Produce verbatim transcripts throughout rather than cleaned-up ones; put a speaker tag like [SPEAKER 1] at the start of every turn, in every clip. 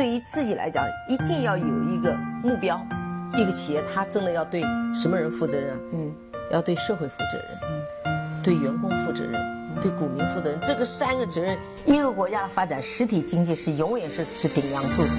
[SPEAKER 1] 对于自己来讲，一定要有一个目标。一个企业它真的要对什么人负责任？嗯，要对社会负责任，嗯，对员工负责任，对股民负责任。这个三个责任，一个国家的发展，实体经济是永远是是顶梁柱。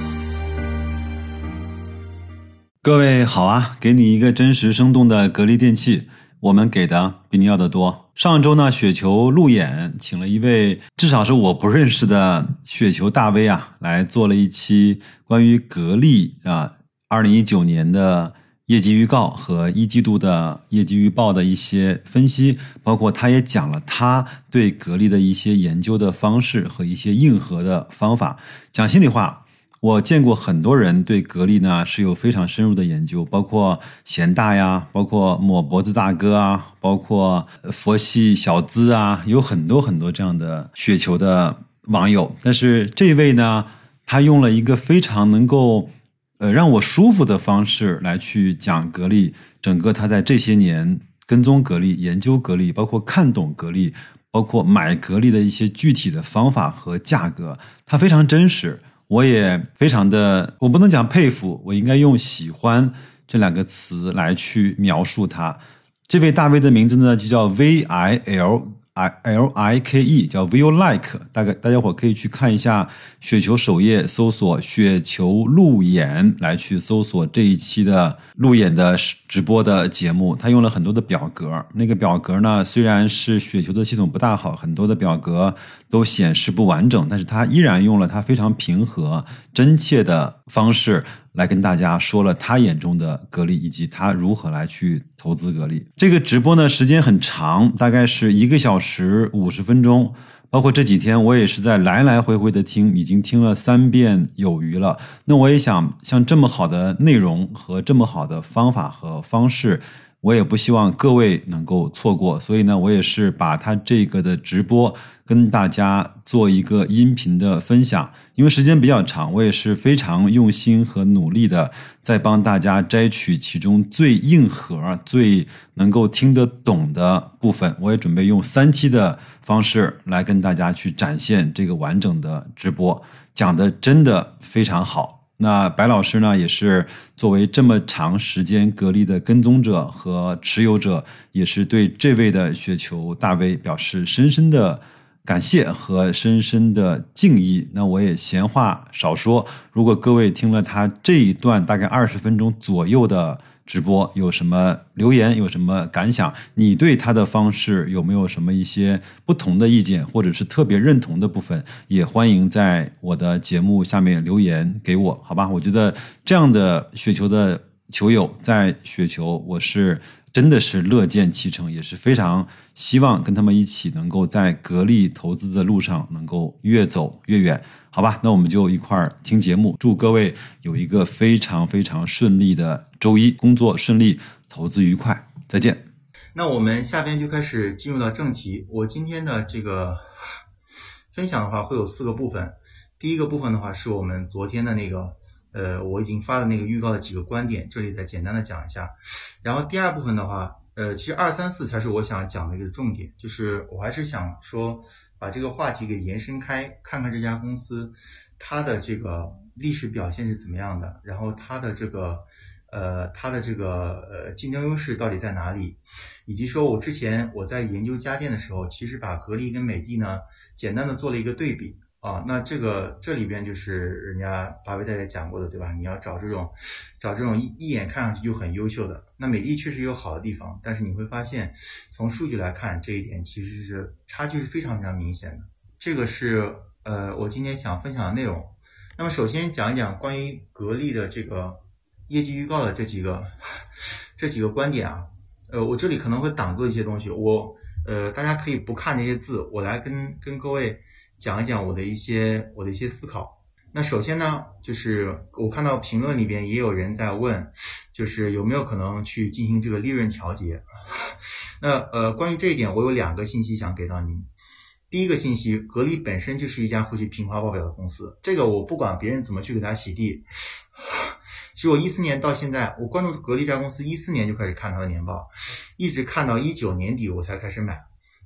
[SPEAKER 2] 各位好啊，给你一个真实生动的格力电器，我们给的比你要的多。上周呢，雪球路演请了一位至少是我不认识的雪球大 V 啊，来做了一期关于格力啊二零一九年的业绩预告和一季度的业绩预报的一些分析，包括他也讲了他对格力的一些研究的方式和一些硬核的方法。讲心里话，我见过很多人对格力呢是有非常深入的研究，包括贤大呀，包括抹脖子大哥啊，包括佛系小资啊，有很多很多这样的雪球的网友。但是这位呢，他用了一个非常能够呃让我舒服的方式来去讲格力，整个他在这些年跟踪格力、研究格力，包括看懂格力，包括买格力的一些具体的方法和价格，他非常真实。我也非常的，我不能讲佩服，我应该用喜欢这两个词来去描述他。这位大 V 的名字呢就叫 V I L L I K E， 叫 Will Like， 大概大家伙可以去看一下雪球首页，搜索雪球路演，来去搜索这一期的路演的直播的节目。他用了很多的表格，那个表格呢虽然是雪球的系统不大好，很多的表格都显示不完整，但是他依然用了他非常平和真切的方式来跟大家说了他眼中的格力，以及他如何来去投资格力。这个直播呢时间很长，大概是一个小时五十分钟，包括这几天我也是在来来回回的听，已经听了三遍有余了。那我也想像这么好的内容和这么好的方法和方式，我也不希望各位能够错过，所以呢我也是把他这个的直播跟大家做一个音频的分享。因为时间比较长，我也是非常用心和努力的在帮大家摘取其中最硬核、最能够听得懂的部分。我也准备用三期的方式来跟大家去展现这个完整的直播，讲的真的非常好。那白老师呢，也是作为这么长时间格力的跟踪者和持有者，也是对这位的雪球大 V 表示深深的感谢和深深的敬意。那我也闲话少说，如果各位听了他这一段大概二十分钟左右的直播，有什么留言，有什么感想，你对他的方式有没有什么一些不同的意见，或者是特别认同的部分，也欢迎在我的节目下面留言给我，好吧？我觉得这样的雪球的球友在雪球，我是真的是乐见其成，也是非常希望跟他们一起能够在格力投资的路上能够越走越远，好吧？那我们就一块儿听节目，祝各位有一个非常非常顺利的周一，工作顺利，投资愉快，再见。
[SPEAKER 3] 那我们下边就开始进入到正题。我今天的这个分享的话会有四个部分。第一个部分的话是我们昨天的那个呃，我已经发的那个预告的几个观点，这里再简单的讲一下。然后第二部分的话，呃，其实二三四才是我想讲的一个重点，就是我还是想说把这个话题给延伸开，看看这家公司它的这个历史表现是怎么样的，然后它的这个呃它的这个呃竞争优势到底在哪里，以及说我之前我在研究家电的时候，其实把格力跟美的呢简单的做了一个对比。啊，那这个这里边就是人家巴菲特也讲过的，对吧？你要找这种找这种一一眼看上去就很优秀的。那美的确实有好的地方，但是你会发现从数据来看，这一点其实是差距是非常非常明显的。这个是呃我今天想分享的内容。那么首先讲一讲关于格力的这个业绩预告的这几个这几个观点啊。呃我这里可能会挡住一些东西，我呃大家可以不看这些字，我来跟跟各位讲一讲我的一些我的一些思考。那首先呢，就是我看到评论里边也有人在问，就是有没有可能去进行这个利润调节。那呃，关于这一点，我有两个信息想给到您。第一个信息，格力本身就是一家会去平滑报表的公司，这个我不管别人怎么去给他洗地。其实我一四年到现在，我关注格力这家公司，一四年就开始看它的年报，一直看到一九年底我才开始买。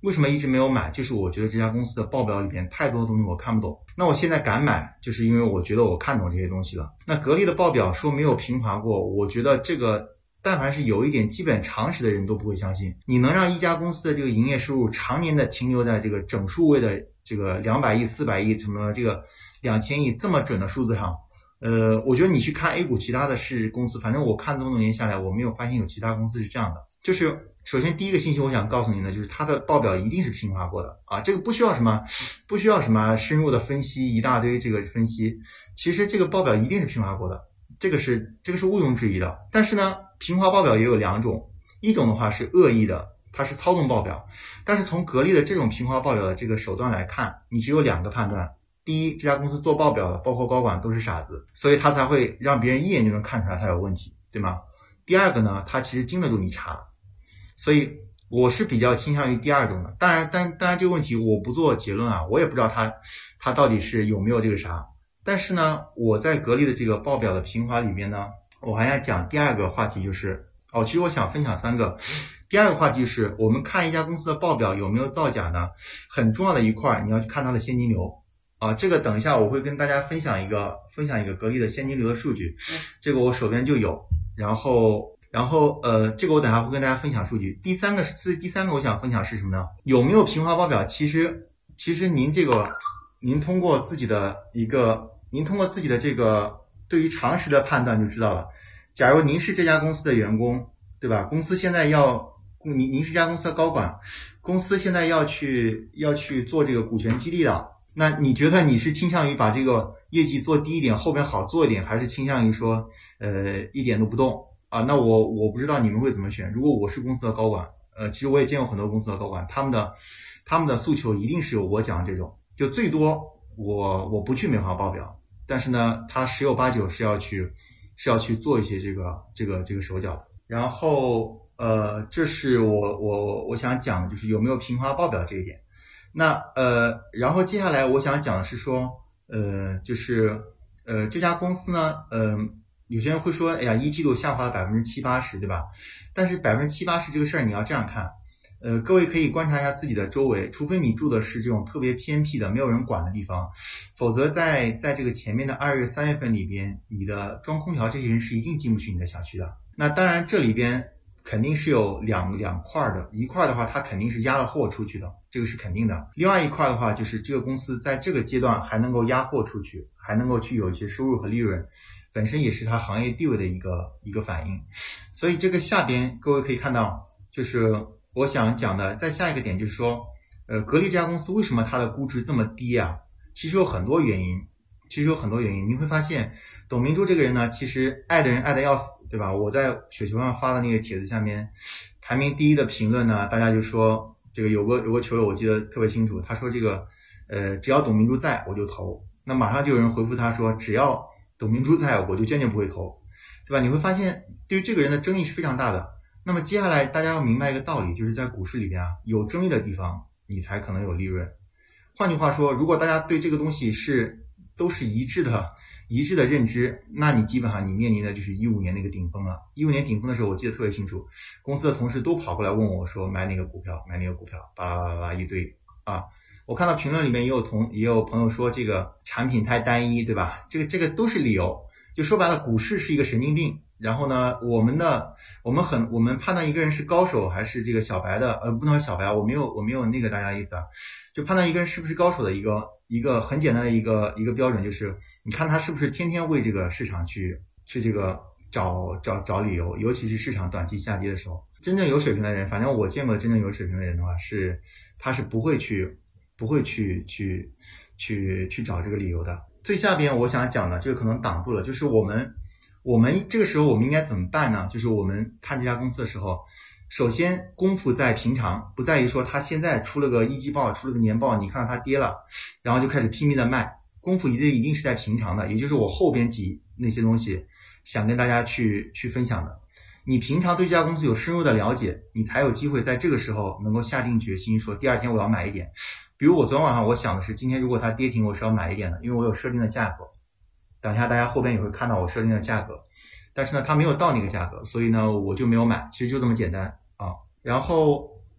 [SPEAKER 3] 为什么一直没有买？就是我觉得这家公司的报表里边太多的东西我看不懂。那我现在敢买，就是因为我觉得我看懂这些东西了。那格力的报表说没有平滑过，我觉得这个但凡是有一点基本常识的人都不会相信。你能让一家公司的这个营业收入常年的停留在这个整数位的这个两百亿、四百亿什么这个两千亿这么准的数字上，呃，我觉得你去看 A 股其他的市公司，反正我看这么多年下来，我没有发现有其他公司是这样的。就是首先第一个信息我想告诉您的就是它的报表一定是平滑过的啊，这个不需要什么不需要什么深入的分析，一大堆这个分析，其实这个报表一定是平滑过的，这个是这个是毋庸置疑的。但是呢，平滑报表也有两种，一种的话是恶意的，它是操纵报表，但是从格力的这种平滑报表的这个手段来看，你只有两个判断。第一，这家公司做报表的包括高管都是傻子，所以他才会让别人一眼就能看出来他有问题，对吗？第二个呢，他其实经得住你查，所以我是比较倾向于第二种的。当然当当然这个问题我不做结论啊，我也不知道他他到底是有没有这个啥。但是呢，我在格力的这个报表的平滑里面呢，我还要讲第二个话题，就是哦，其实我想分享三个。第二个话题是我们看一家公司的报表有没有造假呢，很重要的一块你要去看它的现金流啊，这个等一下我会跟大家分享一个分享一个格力的现金流的数据，这个我手边就有，然后然后呃这个我等下会跟大家分享数据。第三个是第三个我想分享是什么呢？有没有平滑报表？其实其实您这个您通过自己的一个您通过自己的这个对于常识的判断就知道了。假如您是这家公司的员工，对吧？公司现在要您您是这家公司的高管，公司现在要去要去做这个股权激励的，那你觉得你是倾向于把这个业绩做低一点，后边好做一点，还是倾向于说呃一点都不动啊？那我我不知道你们会怎么选。如果我是公司的高管，呃，其实我也见过很多公司的高管，他们的他们的诉求一定是我讲的这种，就最多我我不去美化报表，但是呢，他十有八九是要去是要去做一些这个这个这个手脚的。然后呃，这是我我我想讲的就是有没有平滑报表这一点。那呃，然后接下来我想讲的是说，呃，就是呃这家公司呢，呃，有些人会说，哎呀，一季度下滑了百分之七八十，对吧？但是百分之七八十这个事儿你要这样看，呃，各位可以观察一下自己的周围，除非你住的是这种特别偏僻的没有人管的地方，否则在在这个前面的二月三月份里边，你的装空调这些人是一定进不去你的小区的。那当然这里边肯定是有两两块的，一块的话它肯定是压了货出去的，这个是肯定的。另外一块的话就是这个公司在这个阶段还能够压货出去，还能够去有一些收入和利润，本身也是它行业地位的一个一个反应。所以这个下边各位可以看到，就是我想讲的在下一个点就是说，呃，格力这家公司为什么它的估值这么低啊？其实有很多原因，其实有很多原因。你会发现董明珠这个人呢，其实爱的人爱的要死，对吧？我在雪球上发的那个帖子下面排名第一的评论呢，大家就说这个有个有个球友我记得特别清楚，他说这个呃只要董明珠在我就投，那马上就有人回复他说只要董明珠在我就坚决不会投，对吧？你会发现对于这个人的争议是非常大的。那么接下来大家要明白一个道理，就是在股市里边啊，有争议的地方你才可能有利润。换句话说，如果大家对这个东西是都是一致的一致的认知，那你基本上你面临的就是一五年那个顶峰了。一五年顶峰的时候我记得特别清楚，公司的同事都跑过来问我说买哪个股票买哪个股票，叭叭叭一堆啊。我看到评论里面也有同也有朋友说这个产品太单一，对吧？这个这个都是理由。就说白了，股市是一个神经病。然后呢，我们的我们很我们判断一个人是高手还是这个小白的，呃，不能说小白，我没有我没有那个大家意思啊，就判断一个人是不是高手的一个一个很简单的一个一个标准，就是你看他是不是天天为这个市场去去这个找找找理由，尤其是市场短期下跌的时候。真正有水平的人，反正我见过真正有水平的人的话，是他是不会去不会去去去去找这个理由的。最下边我想讲的，这个可能挡住了，就是我们。我们这个时候我们应该怎么办呢？就是我们看这家公司的时候，首先功夫在平常，不在于说它现在出了个一季报，出了个年报，你看到它跌了，然后就开始拼命的卖，功夫一定一定是在平常的，也就是我后边几那些东西想跟大家去去分享的。你平常对这家公司有深入的了解，你才有机会在这个时候能够下定决心说第二天我要买一点。比如我昨天晚上我想的是今天如果它跌停我是要买一点的，因为我有设定的价格。等一下大家后边也会看到我设定的价格，但是呢它没有到那个价格，所以呢我就没有买，其实就这么简单啊。然后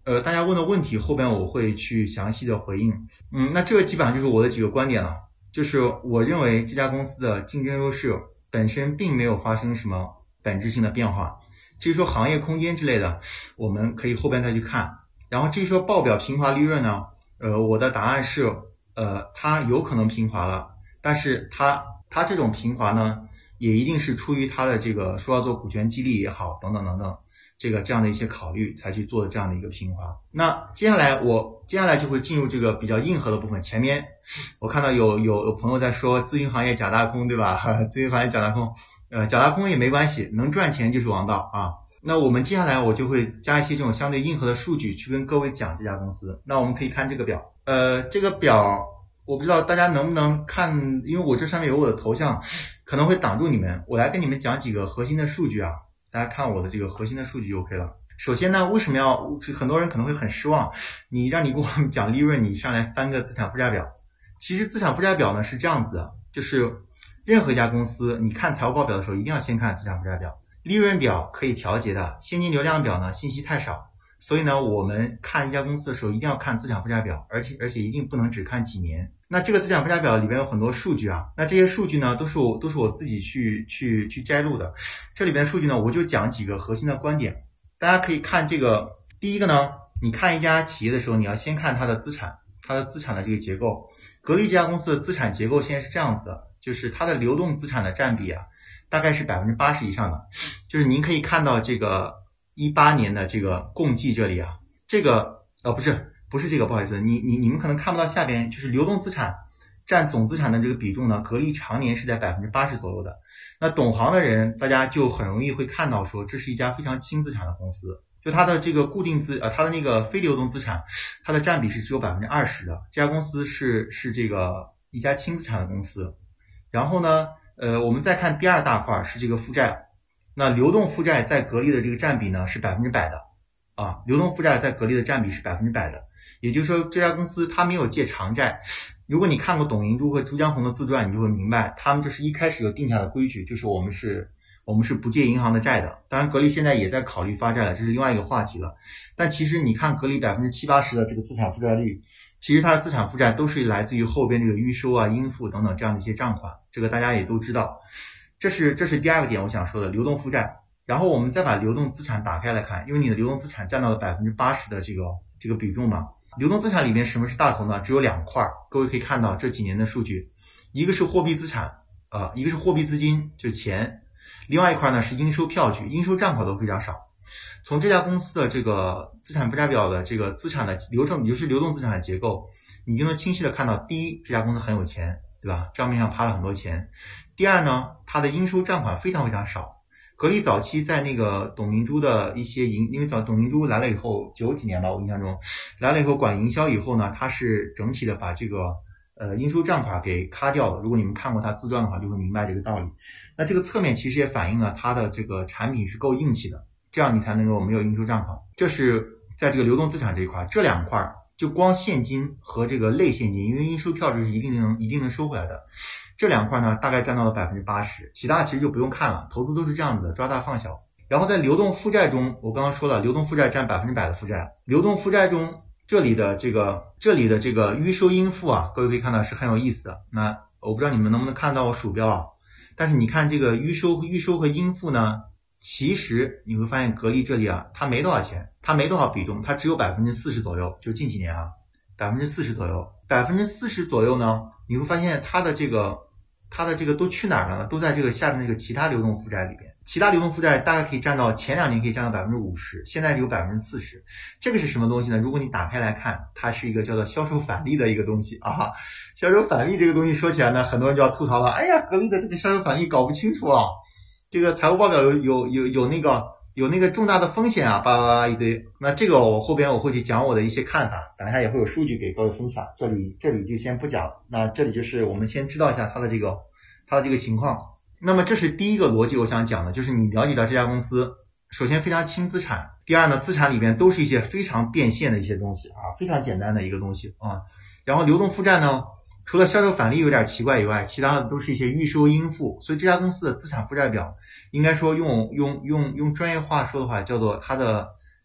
[SPEAKER 3] 呃，大家问的问题后边我会去详细的回应。嗯，那这个基本上就是我的几个观点了，就是我认为这家公司的竞争优势本身并没有发生什么本质性的变化。至于说行业空间之类的，我们可以后边再去看。然后至于说报表平滑利润呢，呃，我的答案是，呃，它有可能平滑了，但是它它这种平滑呢，也一定是出于它的这个说要做股权激励也好，等等等等。这个这样的一些考虑才去做的这样的一个平滑。那接下来我接下来就会进入这个比较硬核的部分。前面我看到有有有朋友在说咨询行业假大空，对吧？咨询行业假大空，呃，假大空也没关系，能赚钱就是王道啊。那我们接下来我就会加一些这种相对硬核的数据去跟各位讲这家公司。那我们可以看这个表，呃，这个表我不知道大家能不能看，因为我这上面有我的头像，可能会挡住你们。我来跟你们讲几个核心的数据啊。大家看我的这个核心的数据就 OK 了。首先呢，为什么要很多人可能会很失望，你让你跟我们讲利润，你上来翻个资产负债表。其实资产负债表呢是这样子的，就是任何一家公司你看财务报表的时候一定要先看资产负债表。利润表可以调节的，现金流量表呢信息太少，所以呢我们看一家公司的时候一定要看资产负债表，而且而且一定不能只看几年。那这个资产负债表里边有很多数据啊，那这些数据呢都是我都是我自己去去去摘录的。这里边数据呢我就讲几个核心的观点。大家可以看这个，第一个呢，你看一家企业的时候，你要先看它的资产，它的资产的这个结构。格力这家公司的资产结构现在是这样子的，就是它的流动资产的占比啊，大概是 百分之八十 以上的。就是您可以看到这个一八年的这个共计这里啊，这个呃不是。不是这个，不好意思，你你你们可能看不到下边，就是流动资产占总资产的这个比重呢，格力常年是在 百分之八十 左右的。那懂行的人，大家就很容易会看到说，这是一家非常轻资产的公司，就它的这个固定资呃，它的那个非流动资产，它的占比是只有 百分之二十 的。这家公司是是这个一家轻资产的公司。然后呢，呃，我们再看第二大块是这个负债，那流动负债在格力的这个占比呢是百分之百的啊，流动负债在格力的占比是百分之百的。也就是说这家公司它没有借长债。如果你看过董明珠和朱江红的自传，你就会明白他们就是一开始就定下的规矩，就是我们是我们是不借银行的债的。当然格力现在也在考虑发债了，这是另外一个话题了。但其实你看格力 百分之七八十 的这个资产负债率，其实它的资产负债都是来自于后边这个预收啊、应付等等这样的一些账款，这个大家也都知道。这是这是第二个点我想说的，流动负债。然后我们再把流动资产打开来看，因为你的流动资产占到了 百分之八十 的这个这个比重嘛。流动资产里面什么是大头呢？只有两块，各位可以看到这几年的数据，一个是货币资产，呃，一个是货币资金，就是钱，另外一块呢是应收票据，应收账款都非常少。从这家公司的这个资产负债表的这个资产的流程，尤其是流动资产的结构，你就能清晰的看到，第一，这家公司很有钱，对吧？账面上趴了很多钱。第二呢，它的应收账款非常非常少。格力早期在那个董明珠的一些营，因为早董明珠来了以后，九几年吧，我印象中来了以后管营销以后呢，他是整体的把这个呃应收账款给卡掉了。如果你们看过他自传的话，就会明白这个道理。那这个侧面其实也反映了他的这个产品是够硬气的，这样你才能够没有应收账款。这是在这个流动资产这一块，这两块就光现金和这个类现金，因为应收票据是一定能一定能收回来的。这两块呢，大概占到了 百分之八十， 其他其实就不用看了，投资都是这样子的，抓大放小。然后在流动负债中，我刚刚说了，流动负债占百分之百的负债。流动负债中，这里的这个这里的这个预收应付啊，各位可以看到是很有意思的。那我不知道你们能不能看到我鼠标啊，但是你看这个预收预收和应付呢，其实你会发现格力这里啊，它没多少钱，它没多少比重，它只有 百分之四十 左右，就近几年啊 百分之四十 左右 百分之四十 左右呢，你会发现它的这个它的这个都去哪儿了呢？都在这个下面这个其他流动负债里边。其他流动负债大概可以占到前两年可以占到 百分之五十， 现在只有 百分之四十。 这个是什么东西呢？如果你打开来看，它是一个叫做销售返利的一个东西啊。销售返利这个东西说起来呢，很多人就要吐槽了，哎呀，格力的这个销售返利搞不清楚啊，这个财务报表有有有有那个有那个重大的风险啊，巴拉巴拉一堆。那这个我后边我会去讲我的一些看法，等一下也会有数据给各位分享，这里这里就先不讲了。那这里就是我们先知道一下它的这个它的这个情况。那么这是第一个逻辑我想讲的，就是你了解到这家公司首先非常轻资产，第二呢，资产里边都是一些非常变现的一些东西啊，非常简单的一个东西啊。然后流动负债呢，除了销售返利有点奇怪以外，其他的都是一些预收应付，所以这家公司的资产负债表应该说用用用用专业话说的话叫做它的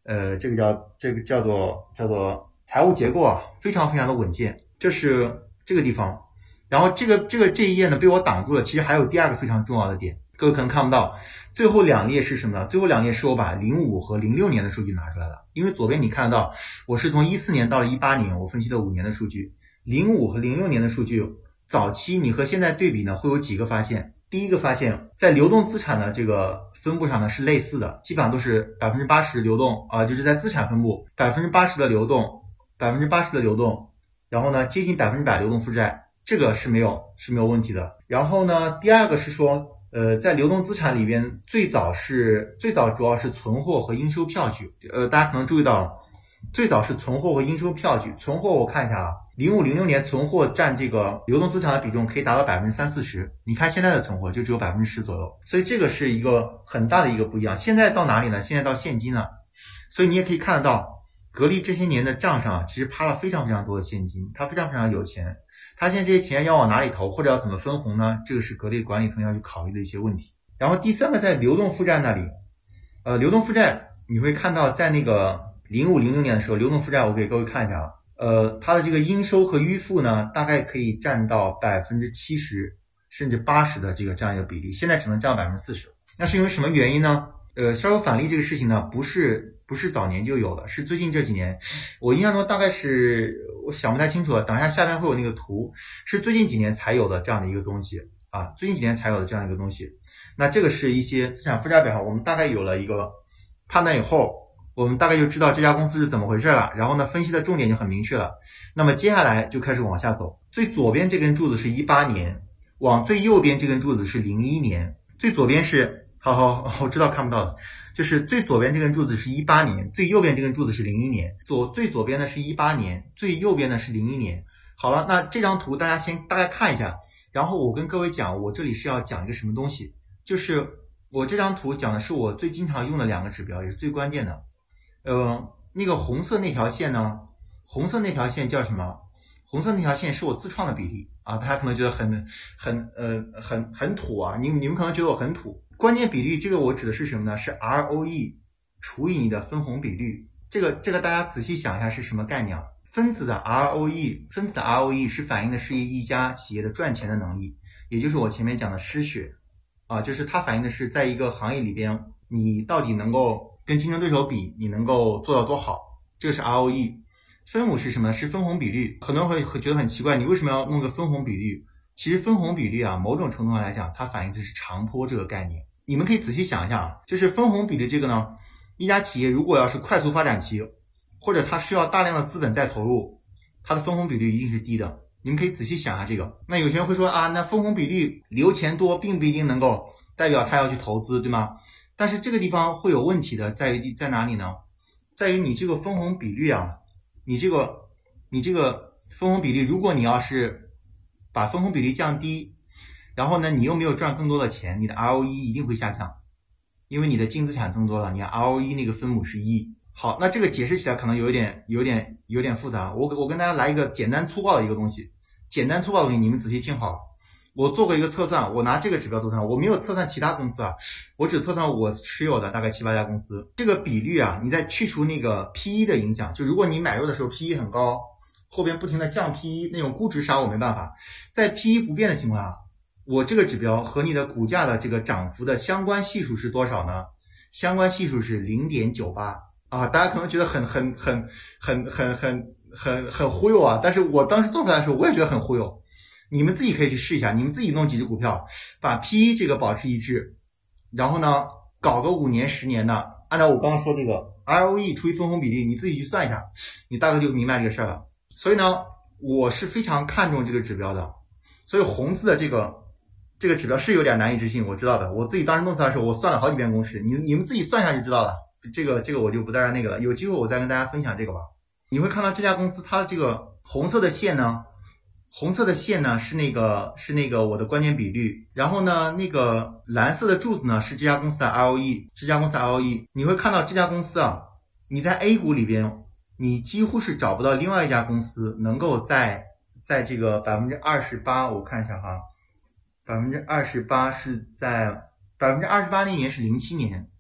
[SPEAKER 3] 呃，这个叫这个叫做叫做财务结构啊，非常非常的稳健，这是这个地方。然后这个这个这一页呢被我挡住了，其实还有第二个非常重要的点，各位可能看不到，最后两列是什么呢？最后两列是我把零五和零六年的数据拿出来了，因为左边你看得到，我是从一四年到了一八年，我分析了五年的数据，零五和零六年的数据，早期你和现在对比呢，会有几个发现。第一个发现，在流动资产的这个分布上呢是类似的，基本上都是 百分之八十 流动啊、呃，就是在资产分布 百分之八十 的流动 百分之八十 的流动，然后呢接近百分之百流动负债，这个是没有是没有问题的。然后呢第二个是说呃在流动资产里边最早是最早主要是存货和应收票据，呃大家可能注意到最早是存货和应收票据，存货我看一下啊，零五零六年存货占这个流动资产的比重可以达到 百分之三四十， 你看现在的存货就只有 百分之十 左右，所以这个是一个很大的一个不一样。现在到哪里呢？现在到现金了，所以你也可以看得到格力这些年的账上其实趴了非常非常多的现金，他非常非常有钱，他现在这些钱要往哪里投，或者要怎么分红呢？这个是格力管理层要去考虑的一些问题。然后第三个在流动负债那里，呃，流动负债你会看到在那个零五零六年的时候，流动负债我给各位看一下啊，呃，它的这个应收和预付呢，大概可以占到 百分之七十 甚至八十的这个这样一个比例，现在只能占 百分之四十。 那是因为什么原因呢？呃，销售返利这个事情呢，不是不是早年就有的，是最近这几年，我印象中大概是我想不太清楚了，等一下下面会有那个图，是最近几年才有的这样的一个东西啊，最近几年才有的这样一个东西。那这个是一些资产负债表，我们大概有了一个判断以后，我们大概就知道这家公司是怎么回事了，然后呢分析的重点就很明确了。那么接下来就开始往下走，最左边这根柱子是一八年，往最右边这根柱子是零一年，最左边是好好我知道看不到的，就是最左边这根柱子是一八年，最右边这根柱子是零一年，左最左边的是一八年，最右边的是零一年。好了，那这张图大家先大概看一下，然后我跟各位讲，我这里是要讲一个什么东西，就是我这张图讲的是我最经常用的两个指标，也是最关键的。呃，那个红色那条线呢？红色那条线叫什么？红色那条线是我自创的比例啊，大家可能觉得很很呃很很土啊，你你们可能觉得我很土。关键比率这个我指的是什么呢？是 R O E 除以你的分红比率。这个这个大家仔细想一下是什么概念啊？分子的 R O E， 分子的 R O E 是反映的是一家企业的赚钱的能力，也就是我前面讲的失血啊，就是它反映的是在一个行业里边你到底能够跟竞争对手比，你能够做到多好，这个是 R O E。 分母是什么？是分红比率。很多人会会觉得很奇怪，你为什么要弄个分红比率？其实分红比率啊，某种程度上来讲它反映的是长坡这个概念。你们可以仔细想一下啊，就是分红比率这个呢，一家企业如果要是快速发展期，或者它需要大量的资本再投入，它的分红比率一定是低的。你们可以仔细想一下这个。那有些人会说啊，那分红比率留钱多并不一定能够代表他要去投资，对吗？但是这个地方会有问题的，在于在哪里呢？在于你这个分红比率啊，你这个你这个分红比率，如果你要是把分红比率降低，然后呢你又没有赚更多的钱，你的 R O E 一定会下降，因为你的净资产增多了，你的 R O E 那个分母是一。好，那这个解释起来可能有点有点有点复杂，我我跟大家来一个简单粗暴的一个东西，简单粗暴的东西你们仔细听好了。我做过一个测算，我拿这个指标做测算，我没有测算其他公司啊，我只测算我持有的大概七八家公司。这个比率啊，你再去除那个 P E 的影响，就如果你买入的时候 P E 很高，后边不停的降 P E， 那种估值杀我没办法。在 P E 不变的情况下，我这个指标和你的股价的这个涨幅的相关系数是多少呢？相关系数是 零点九八 啊，大家可能觉得很很很很很很很很忽悠啊，但是我当时做出来的时候我也觉得很忽悠。你们自己可以去试一下，你们自己弄几只股票，把 P E 这个保持一致，然后呢搞个五年十年的，按照我刚刚说这个 R O E 除以分红比例，你自己去算一下，你大概就明白这个事儿了。所以呢我是非常看重这个指标的，所以红字的这个这个指标是有点难以置信，我知道的，我自己当时弄出来的时候我算了好几遍公式，你你们自己算一下就知道了，这个这个我就不再那个了，有机会我再跟大家分享这个吧。你会看到这家公司它的这个红色的线呢，红色的线呢是那个是那个我的关键比率，然后呢那个蓝色的柱子呢是这家公司的 R O E， 这家公司的 R O E， 你会看到这家公司啊，你在 A 股里边你几乎是找不到另外一家公司能够在在这个 百分之二十八， 我看一下哈， 百分之二十八 是在 百分之二十八 那年是零七年，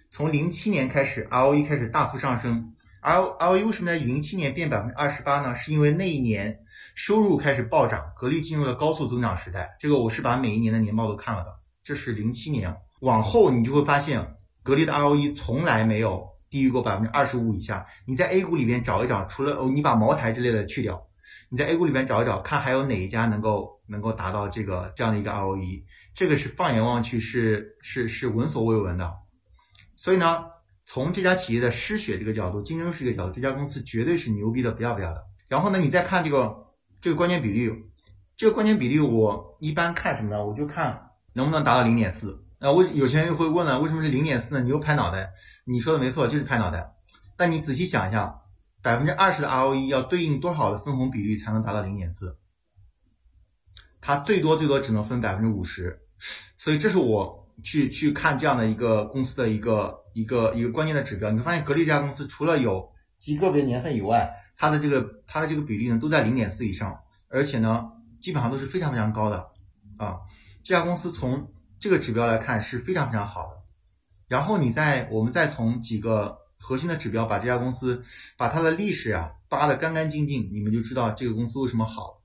[SPEAKER 3] 从零七年开始 R O E 开始大幅上升。R O E 为什么在零七年变 百分之二十八 呢？是因为那一年收入开始暴涨，格力进入了高速增长时代。这个我是把每一年的年报都看了的，这是零七年。往后你就会发现格力的 R O E 从来没有低于过 百分之二十五 以下。你在 A 股里边找一找，除了、哦、你把茅台之类的去掉，你在 A 股里边找一找，看还有哪一家能够能够达到这个这样的一个 R O E。这个是放眼望去是是是闻所未闻的。所以呢，从这家企业的失血这个角度，竞争势这个角度，这家公司绝对是牛逼的不要不要的。然后呢，你再看这个这个关键比率，这个关键比率我一般看什么呢？我就看能不能达到 零点四。那我有些人会问了，为什么是 零点四 呢？你又拍脑袋。你说的没错，就是拍脑袋。但你仔细想一下， 百分之二十 的 R O E 要对应多少的分红比率才能达到 零点四？ 它最多最多只能分 百分之五十。所以这是我去去看这样的一个公司的一个一个一个关键的指标。你会发现格力这家公司除了有极个别年份以外，它的这个它的这个比例呢都在 零点四 以上，而且呢基本上都是非常非常高的啊。这家公司从这个指标来看是非常非常好的。然后你再我们再从几个核心的指标把这家公司把它的历史啊扒得干干净净，你们就知道这个公司为什么好。